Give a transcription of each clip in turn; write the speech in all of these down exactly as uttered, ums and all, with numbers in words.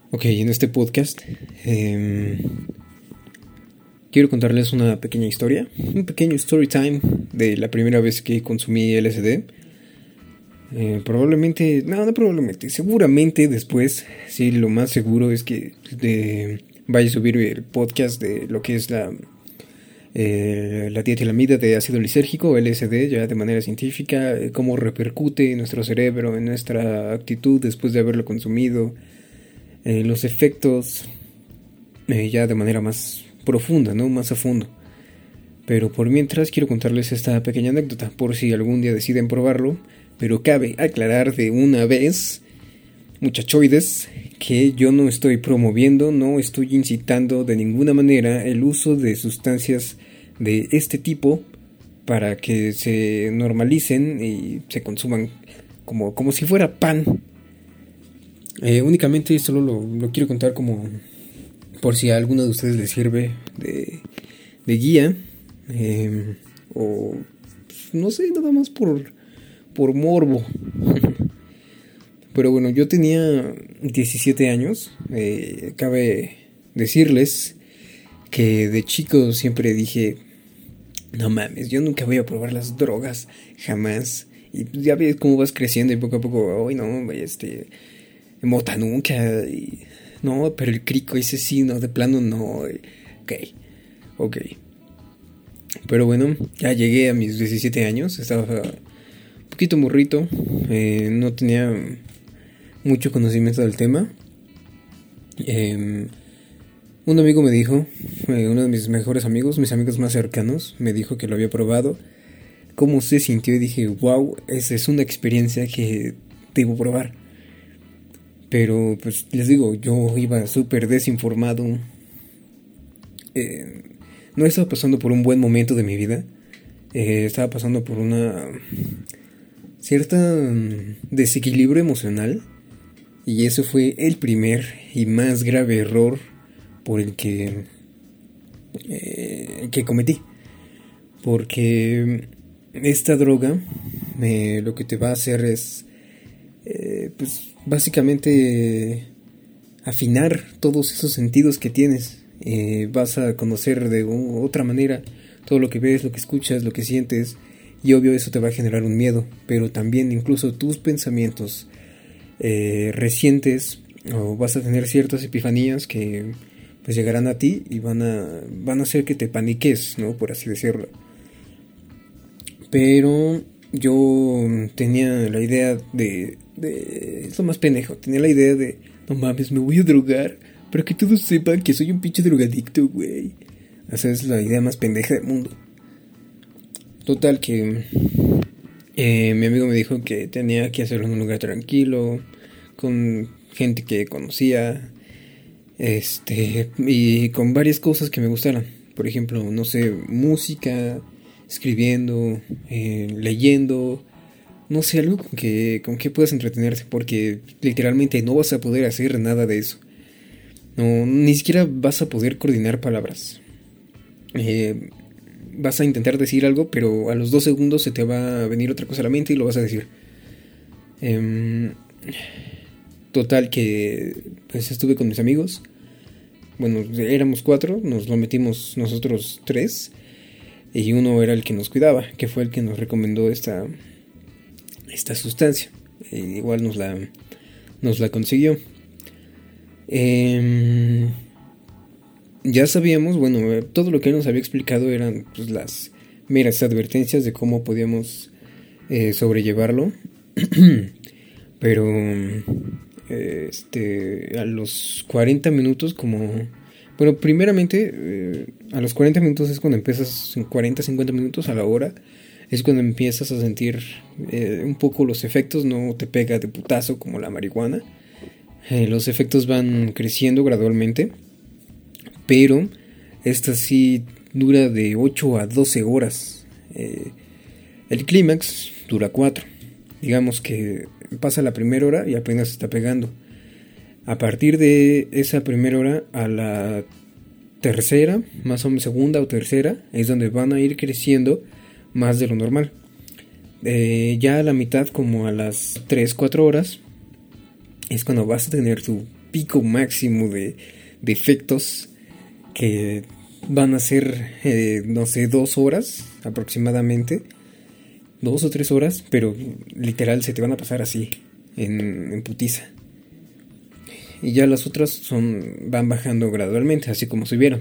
Ok, en este podcast eh, quiero contarles una pequeña historia, un pequeño story time de la primera vez que consumí L S D. Eh, probablemente, no, no probablemente, seguramente después, sí, lo más seguro es que de, vaya a subir el podcast de lo que es la, eh, la dietilamida de ácido lisérgico, L S D, ya de manera científica, eh, cómo repercute en nuestro cerebro, en nuestra actitud después de haberlo consumido. Eh, los efectos eh, ya de manera más profunda, ¿no? Más a fondo. Pero por mientras quiero contarles esta pequeña anécdota por si algún día deciden probarlo. Pero cabe aclarar de una vez, muchachoides, que yo no estoy promoviendo, no estoy incitando de ninguna manera el uso de sustancias de este tipo para que se normalicen y se consuman como, como si fuera pan. Eh, únicamente solo lo, lo quiero contar como por si a alguno de ustedes les sirve de, de guía eh, o pues, no sé, nada más por, por morbo. Pero bueno, yo tenía diecisiete años. Eh, cabe decirles que de chico siempre dije, no mames, yo nunca voy a probar las drogas, jamás. Y ya ves cómo vas creciendo y poco a poco, ay no, este... mota nunca, y, no, pero el crico ese sí, no, de plano no, ok, ok, pero bueno, ya llegué a mis diecisiete años, estaba un poquito morrito, eh, no tenía mucho conocimiento del tema. eh, un amigo me dijo, eh, uno de mis mejores amigos, mis amigos más cercanos, me dijo que lo había probado, cómo se sintió y dije, wow, esa es una experiencia que debo probar. Pero pues les digo, yo iba súper desinformado. Eh, no estaba pasando por un buen momento de mi vida. Eh, estaba pasando por una cierta desequilibrio emocional. Y ese fue el primer y más grave error por el que, eh, que cometí. Porque esta droga eh, lo que te va a hacer es... Eh, pues básicamente afinar todos esos sentidos que tienes. Eh, vas a conocer de u- otra manera todo lo que ves, lo que escuchas, lo que sientes, y obvio eso te va a generar un miedo, pero también incluso tus pensamientos eh, recientes, o vas a tener ciertas epifanías que pues llegarán a ti y van a van a hacer que te paniques, ¿no? Por así decirlo. Pero yo tenía la idea de, de... es lo más pendejo. Tenía la idea de... no mames, me voy a drogar para que todos sepan que soy un pinche drogadicto, güey. Esa es la idea más pendeja del mundo. Total que... Eh, mi amigo me dijo que tenía que hacerlo en un lugar tranquilo, con gente que conocía, este, y con varias cosas que me gustaran. Por ejemplo, no sé, música, escribiendo, eh, leyendo, no sé, algo con que, con que puedas entretenerte, porque literalmente no vas a poder hacer nada de eso. No, ni siquiera vas a poder coordinar palabras. Eh, vas a intentar decir algo, pero a los dos segundos se te va a venir otra cosa a la mente y lo vas a decir. Eh, total que pues estuve con mis amigos. Bueno, éramos cuatro, nos lo metimos nosotros tres. Y uno era el que nos cuidaba, que fue el que nos recomendó esta, esta sustancia. E igual nos la, nos la consiguió. Eh, ya sabíamos, bueno, todo lo que él nos había explicado eran pues, las meras advertencias de cómo podíamos eh, sobrellevarlo. Pero eh, este, a los cuarenta minutos como... Bueno, primeramente, eh, a los cuarenta minutos es cuando empiezas, en cuarenta, cincuenta minutos a la hora, es cuando empiezas a sentir eh, un poco los efectos, no te pega de putazo como la marihuana. Eh, los efectos van creciendo gradualmente, pero esta sí dura de ocho a doce horas. Eh, el clímax dura cuatro. Digamos que pasa la primera hora y apenas está pegando. A partir de esa primera hora a la tercera, más o menos segunda o tercera, es donde van a ir creciendo más de lo normal. Eh, ya a la mitad, como a las tres, cuatro horas, es cuando vas a tener tu pico máximo de, de efectos que van a ser, eh, no sé, dos horas aproximadamente, dos o tres horas, pero literal se te van a pasar así, en, en putiza. Y ya las otras son van bajando gradualmente, así como se vieron.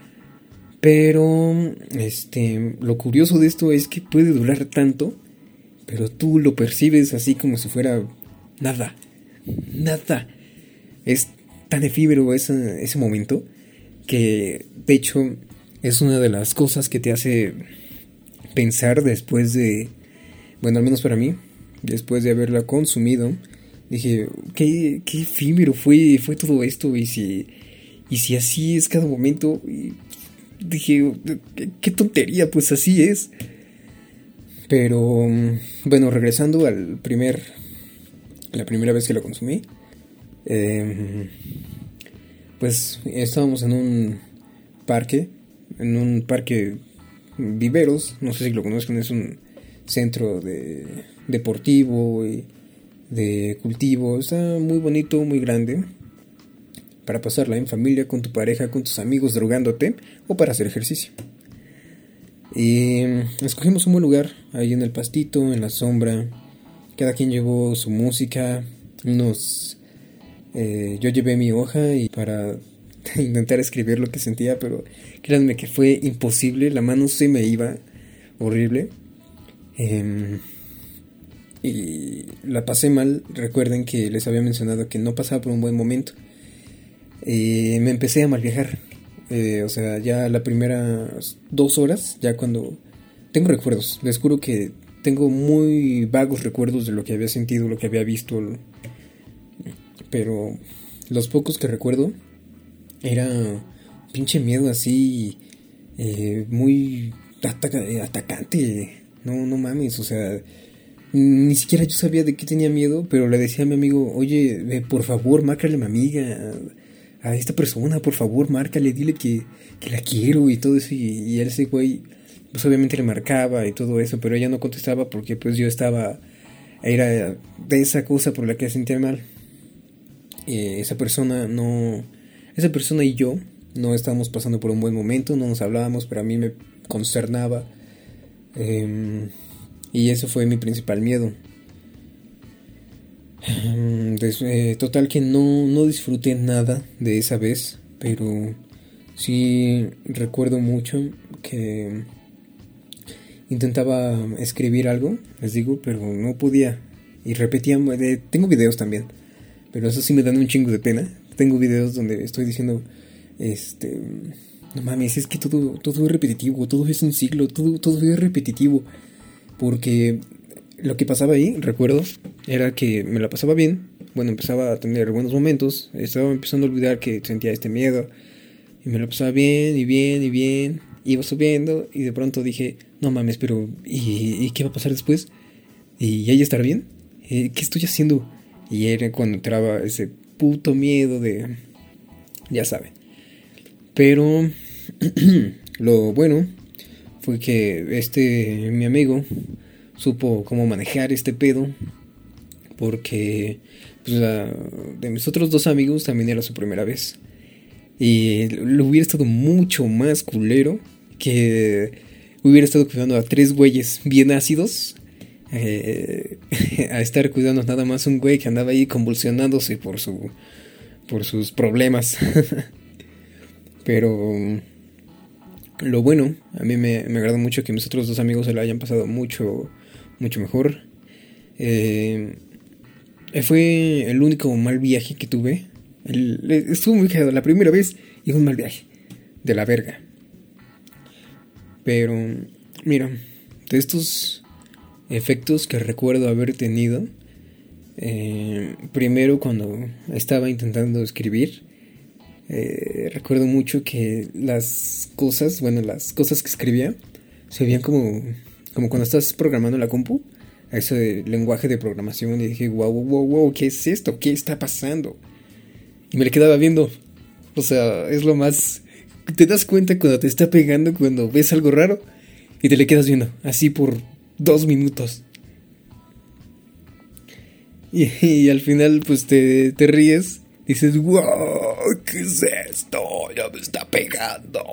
Pero este lo curioso de esto es que puede durar tanto, pero tú lo percibes así como si fuera nada. Nada. Es tan efímero ese, ese momento que, de hecho, es una de las cosas que te hace pensar después de, bueno, al menos para mí, después de haberla consumido, dije, qué, qué efímero fue, fue todo esto, y si, y si así es cada momento, y dije, qué, qué tontería, pues así es. Pero, bueno, regresando al primer, la primera vez que lo consumí, eh, pues estábamos en un parque, en un parque Viveros, no sé si lo conozcan, es un centro de deportivo y de cultivo, está muy bonito, muy grande, para pasarla en familia, con tu pareja, con tus amigos, drogándote o para hacer ejercicio. Y escogimos un buen lugar, ahí en el pastito, en la sombra. Cada quien llevó su música, unos, eh, yo llevé mi hoja y para intentar escribir lo que sentía, pero créanme que fue imposible, la mano se me iba horrible. Eh, y la pasé mal. Recuerden que les había mencionado que no pasaba por un buen momento. Y me empecé a mal viajar. Eh, o sea, ya la primera dos horas, ya cuando... Tengo recuerdos, les juro que tengo muy vagos recuerdos de lo que había sentido, lo que había visto. Pero los pocos que recuerdo era pinche miedo así, eh, muy ataca- atacante. No, no mames, o sea... Ni siquiera yo sabía de qué tenía miedo, pero le decía a mi amigo, oye, eh, por favor, márcale a mi amiga, a, a esta persona, por favor, márcale, dile que, que la quiero y todo eso. Y, y ese güey, pues obviamente le marcaba y todo eso, pero ella no contestaba porque pues yo estaba, era de esa cosa por la que sentía mal. Eh, esa persona no, esa persona y yo no estábamos pasando por un buen momento, no nos hablábamos, pero a mí me consternaba. Eh... Y ese fue mi principal miedo. Des, eh, total que no, no disfruté nada de esa vez, pero sí recuerdo mucho que intentaba escribir algo, les digo, pero no podía. Y repetía, eh, tengo videos también, pero eso sí me dan un chingo de pena. Tengo videos donde estoy diciendo, este, no mames, es que todo, todo es repetitivo, todo es un ciclo, todo, todo es repetitivo. Porque lo que pasaba ahí, recuerdo, era que me la pasaba bien. Bueno, empezaba a tener buenos momentos. Estaba empezando a olvidar que sentía este miedo. Y me la pasaba bien, y bien, y bien. Iba subiendo, y de pronto dije, no mames, pero ¿y, y qué va a pasar después? ¿Y ya ya estar bien? ¿Qué estoy haciendo? Y era cuando entraba ese puto miedo de... Ya saben. Pero lo bueno fue que este, mi amigo, supo cómo manejar este pedo, porque pues, la, de mis otros dos amigos también era su primera vez. Y lo hubiera estado mucho más culero que hubiera estado cuidando a tres güeyes bien ácidos, eh, a estar cuidando nada más un güey que andaba ahí convulsionándose por su por sus problemas. Pero lo bueno, a mí me, me agrada mucho que mis otros dos amigos se lo hayan pasado mucho, mucho mejor. Eh, fue el único mal viaje que tuve. El, estuvo muy cagado. La primera vez y un mal viaje. De la verga. Pero, mira, de estos efectos que recuerdo haber tenido, eh, primero cuando estaba intentando escribir, Eh, recuerdo mucho que las cosas, bueno, las cosas que escribía se veían como, como cuando estás programando la compu, ese lenguaje de programación, y dije, wow, wow, wow, wow, ¿qué es esto? ¿Qué está pasando? Y me le quedaba viendo. O sea, es lo más... Te das cuenta cuando te está pegando, cuando ves algo raro, y te le quedas viendo, así por dos minutos. Y, y al final, pues te, te ríes dices, wow, ¿qué es esto? Ya me está pegando.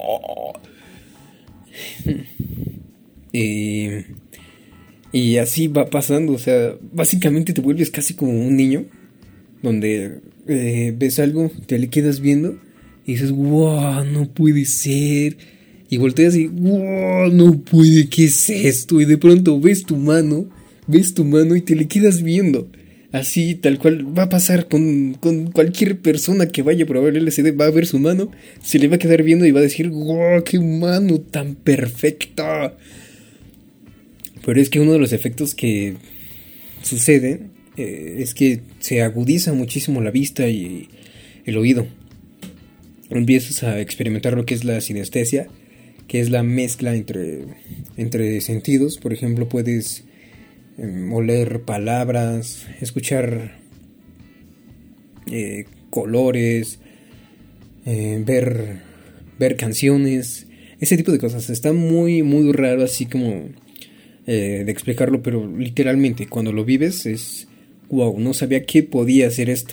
y, y así va pasando, o sea, básicamente te vuelves casi como un niño, donde eh, ves algo, te le quedas viendo y dices, wow, no puede ser. Y volteas y, wow, no puede, ¿qué es esto? Y de pronto ves tu mano, ves tu mano y te le quedas viendo. Así, tal cual, va a pasar con, con cualquier persona que vaya a probar el L S D, va a ver su mano, se le va a quedar viendo y va a decir, wow, qué mano tan perfecta. Pero es que uno de los efectos que sucede eh, es que se agudiza muchísimo la vista y el oído. Empiezas a experimentar lo que es la sinestesia, que es la mezcla entre, entre sentidos. Por ejemplo, puedes eh, oler palabras, escuchar eh, colores, eh, ver, ver canciones, ese tipo de cosas. Está muy, muy raro así como eh, de explicarlo, pero literalmente cuando lo vives es, wow, no sabía que podía hacer esto.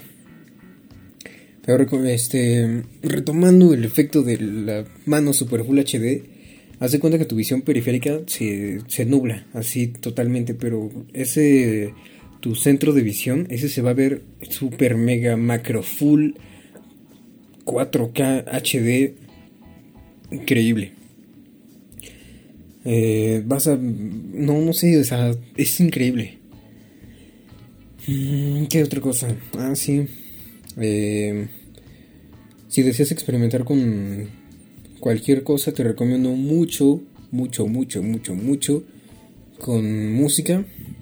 Pero este, retomando el efecto de la mano Super Full H D, haz de cuenta que tu visión periférica se, se nubla así totalmente, pero ese, tu centro de visión, ese se va a ver super mega macro full cuatro K H D, increíble. Eh, vas a, no, no sé, o sea, es increíble. ¿Qué otra cosa? Ah, sí. Eh, si deseas experimentar con cualquier cosa, te recomiendo mucho, mucho, mucho, mucho, mucho con música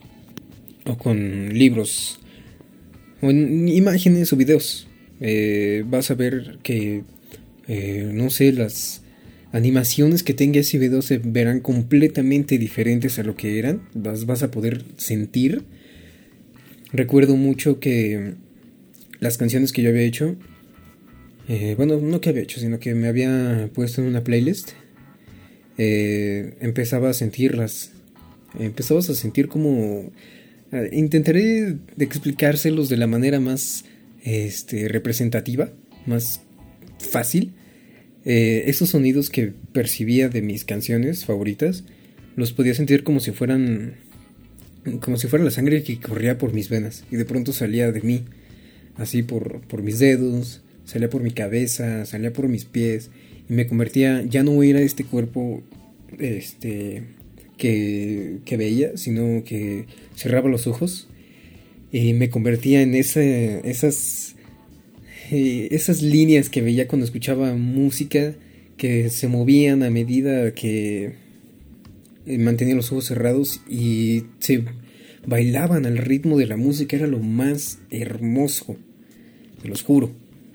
o con libros o en imágenes o videos. Eh, vas a ver que, eh, no sé, las animaciones que tenga ese video se verán completamente diferentes a lo que eran. Vas, vas a poder sentir. Recuerdo mucho que las canciones que yo había hecho, eh, bueno, no que había hecho, sino que me había puesto en una playlist, eh, empezaba a sentirlas, empezabas a sentir como, eh, intentaré explicárselos de la manera más este, representativa, más fácil. Eh, esos sonidos que percibía de mis canciones favoritas, los podía sentir como si fueran, como si fuera la sangre que corría por mis venas y de pronto salía de mí. Así por, por mis dedos, salía por mi cabeza, salía por mis pies y me convertía, ya no era este cuerpo este que, que veía, sino que cerraba los ojos y me convertía en ese, esas, eh, esas líneas que veía cuando escuchaba música que se movían a medida que mantenía los ojos cerrados y se bailaban al ritmo de la música. Era lo más hermoso, te los juro.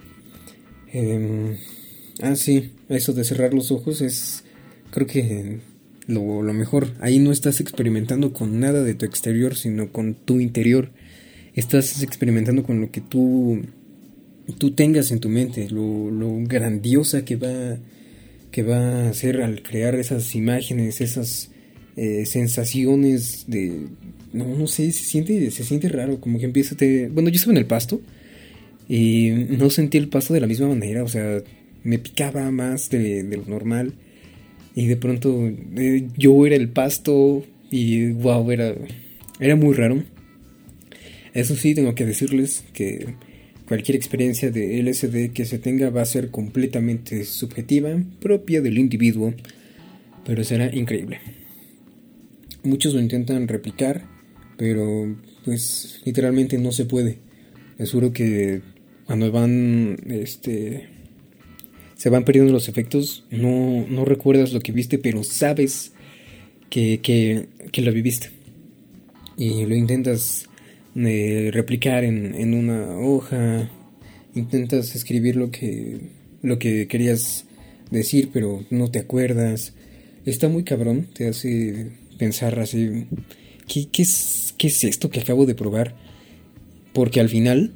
Eh, ah, sí, eso de cerrar los ojos es, creo que lo, lo mejor. Ahí no estás experimentando con nada de tu exterior, sino con tu interior. Estás experimentando con lo que tú, tú tengas en tu mente, lo, lo grandiosa que va, que va a ser al crear esas imágenes, esas eh, sensaciones de... No, no sé, se siente, se siente raro, como que empieza a te... Bueno, yo estaba en el pasto y no sentí el pasto de la misma manera, o sea, me picaba más de, de lo normal y de pronto eh, yo era el pasto y wow, era, era muy raro. Eso sí, tengo que decirles que cualquier experiencia de L S D que se tenga va a ser completamente subjetiva, propia del individuo, pero será increíble. Muchos lo intentan replicar, pero pues literalmente no se puede. Les juro que cuando van, este, se van perdiendo los efectos, no, no recuerdas lo que viste, pero sabes que, que, que lo viviste. Y lo intentas eh, replicar en, en una hoja, intentas escribir lo que, lo que querías decir, pero no te acuerdas. Está muy cabrón, te hace pensar así, ¿qué, qué, es, qué es esto que acabo de probar? Porque al final,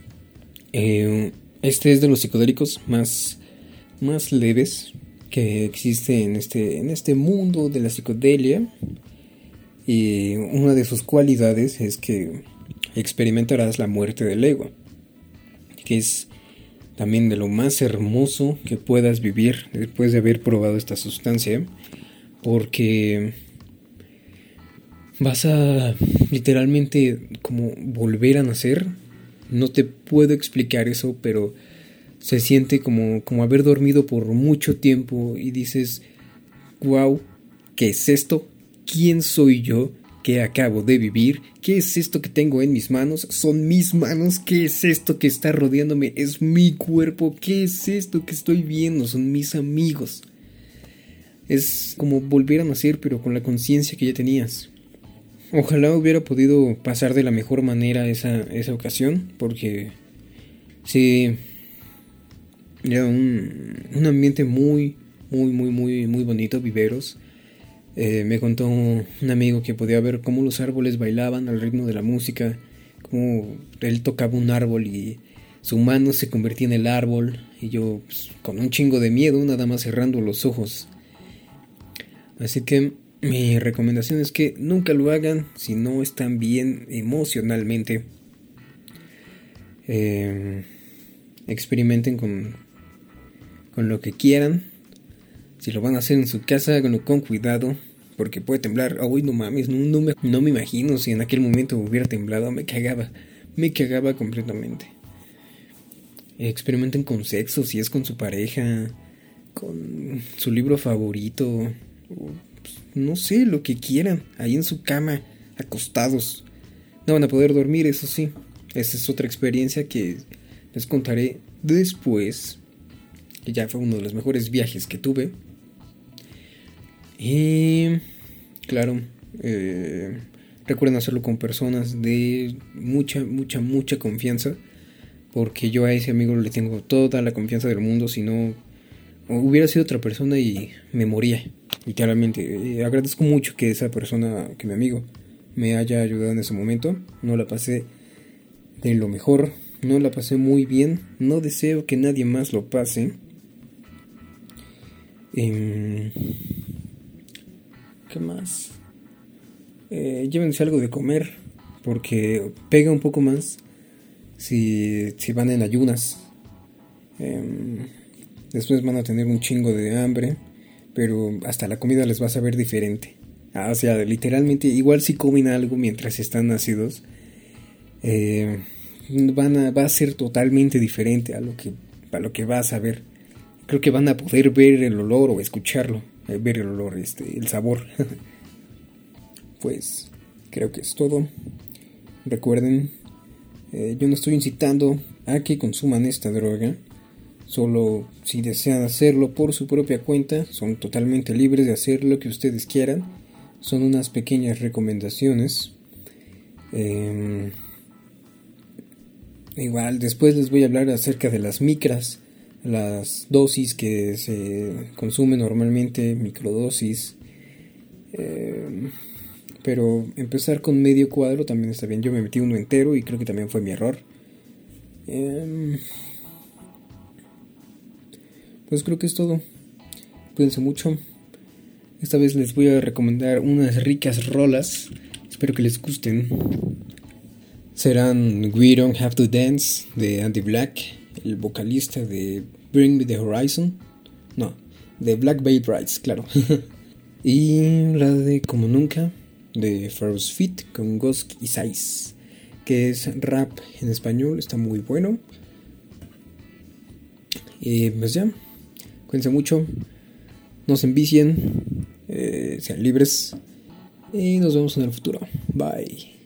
eh, este es de los psicodélicos más, más leves que existe en este, en este mundo de la psicodelia. Y una de sus cualidades es que experimentarás la muerte del ego, que es también de lo más hermoso que puedas vivir después de haber probado esta sustancia, porque vas a literalmente como volver a nacer. No te puedo explicar eso, pero se siente como, como haber dormido por mucho tiempo y dices, wow, ¿qué es esto? ¿Quién soy yo? ¿Qué acabo de vivir? ¿Qué es esto que tengo en mis manos? ¿Son mis manos? ¿Qué es esto que está rodeándome? ¿Es mi cuerpo? ¿Qué es esto que estoy viendo? Son mis amigos. Es como volver a nacer, pero con la conciencia que ya tenías. Ojalá hubiera podido pasar de la mejor manera esa, esa ocasión, porque sí, era un, un ambiente muy, muy, muy, muy, muy bonito, viveros. Eh, me contó un amigo que podía ver cómo los árboles bailaban al ritmo de la música, cómo él tocaba un árbol y su mano se convertía en el árbol, y yo pues, con un chingo de miedo, nada más cerrando los ojos. Así que mi recomendación es que nunca lo hagan si no están bien emocionalmente. Eh, experimenten con, con lo que quieran. Si lo van a hacer en su casa, háganlo con cuidado, porque puede temblar. Uy, no mames, no, no, me, no me imagino si en aquel momento hubiera temblado. Me cagaba, me cagaba completamente. Experimenten con sexo, si es con su pareja, con su libro favorito, o, pues, no sé, lo que quieran, ahí en su cama, acostados. No van a poder dormir, eso sí. Esa es otra experiencia que les contaré después, que ya fue uno de los mejores viajes que tuve. Y claro, eh, recuerden hacerlo con personas de mucha, mucha, mucha confianza, porque yo a ese amigo le tengo toda la confianza del mundo. Si no, hubiera sido otra persona y me moría, literalmente. Eh, agradezco mucho que esa persona, que mi amigo, me haya ayudado en ese momento. No la pasé de lo mejor, no la pasé muy bien. No deseo que nadie más lo pase. Eh, ¿Qué más? Eh, llévense algo de comer, porque pega un poco más si, si van en ayunas. Eh, después van a tener un chingo de hambre, pero hasta la comida les va a saber diferente. Ah, o sea, literalmente, igual si comen algo mientras están nacidos, eh, van a, va a ser totalmente diferente a lo que, a lo que vas a ver. Creo que van a poder ver el olor o escucharlo, eh, ver el olor, este, el sabor. Pues creo que es todo. Recuerden, eh, yo no estoy incitando a que consuman esta droga. Solo si desean hacerlo por su propia cuenta, son totalmente libres de hacer lo que ustedes quieran. Son unas pequeñas recomendaciones. Eh, igual, después les voy a hablar acerca de las micras, las dosis que se consumen normalmente, microdosis. Eh, pero empezar con medio cuadro también está bien. Yo me metí uno entero y creo que también fue mi error. Eh, pues creo que es todo. Cuídense mucho. Esta vez les voy a recomendar unas ricas rolas. Espero que les gusten. Serán We Don't Have to Dance de Andy Black, el vocalista de Bring Me the Horizon. No, de Black Veil Brides, claro. Y la de Como Nunca de Pharaoh's Feet con Gosk y Sais, que es rap en español, está muy bueno. Y pues ya, cuídense mucho, no se envicien, eh, sean libres y nos vemos en el futuro. Bye.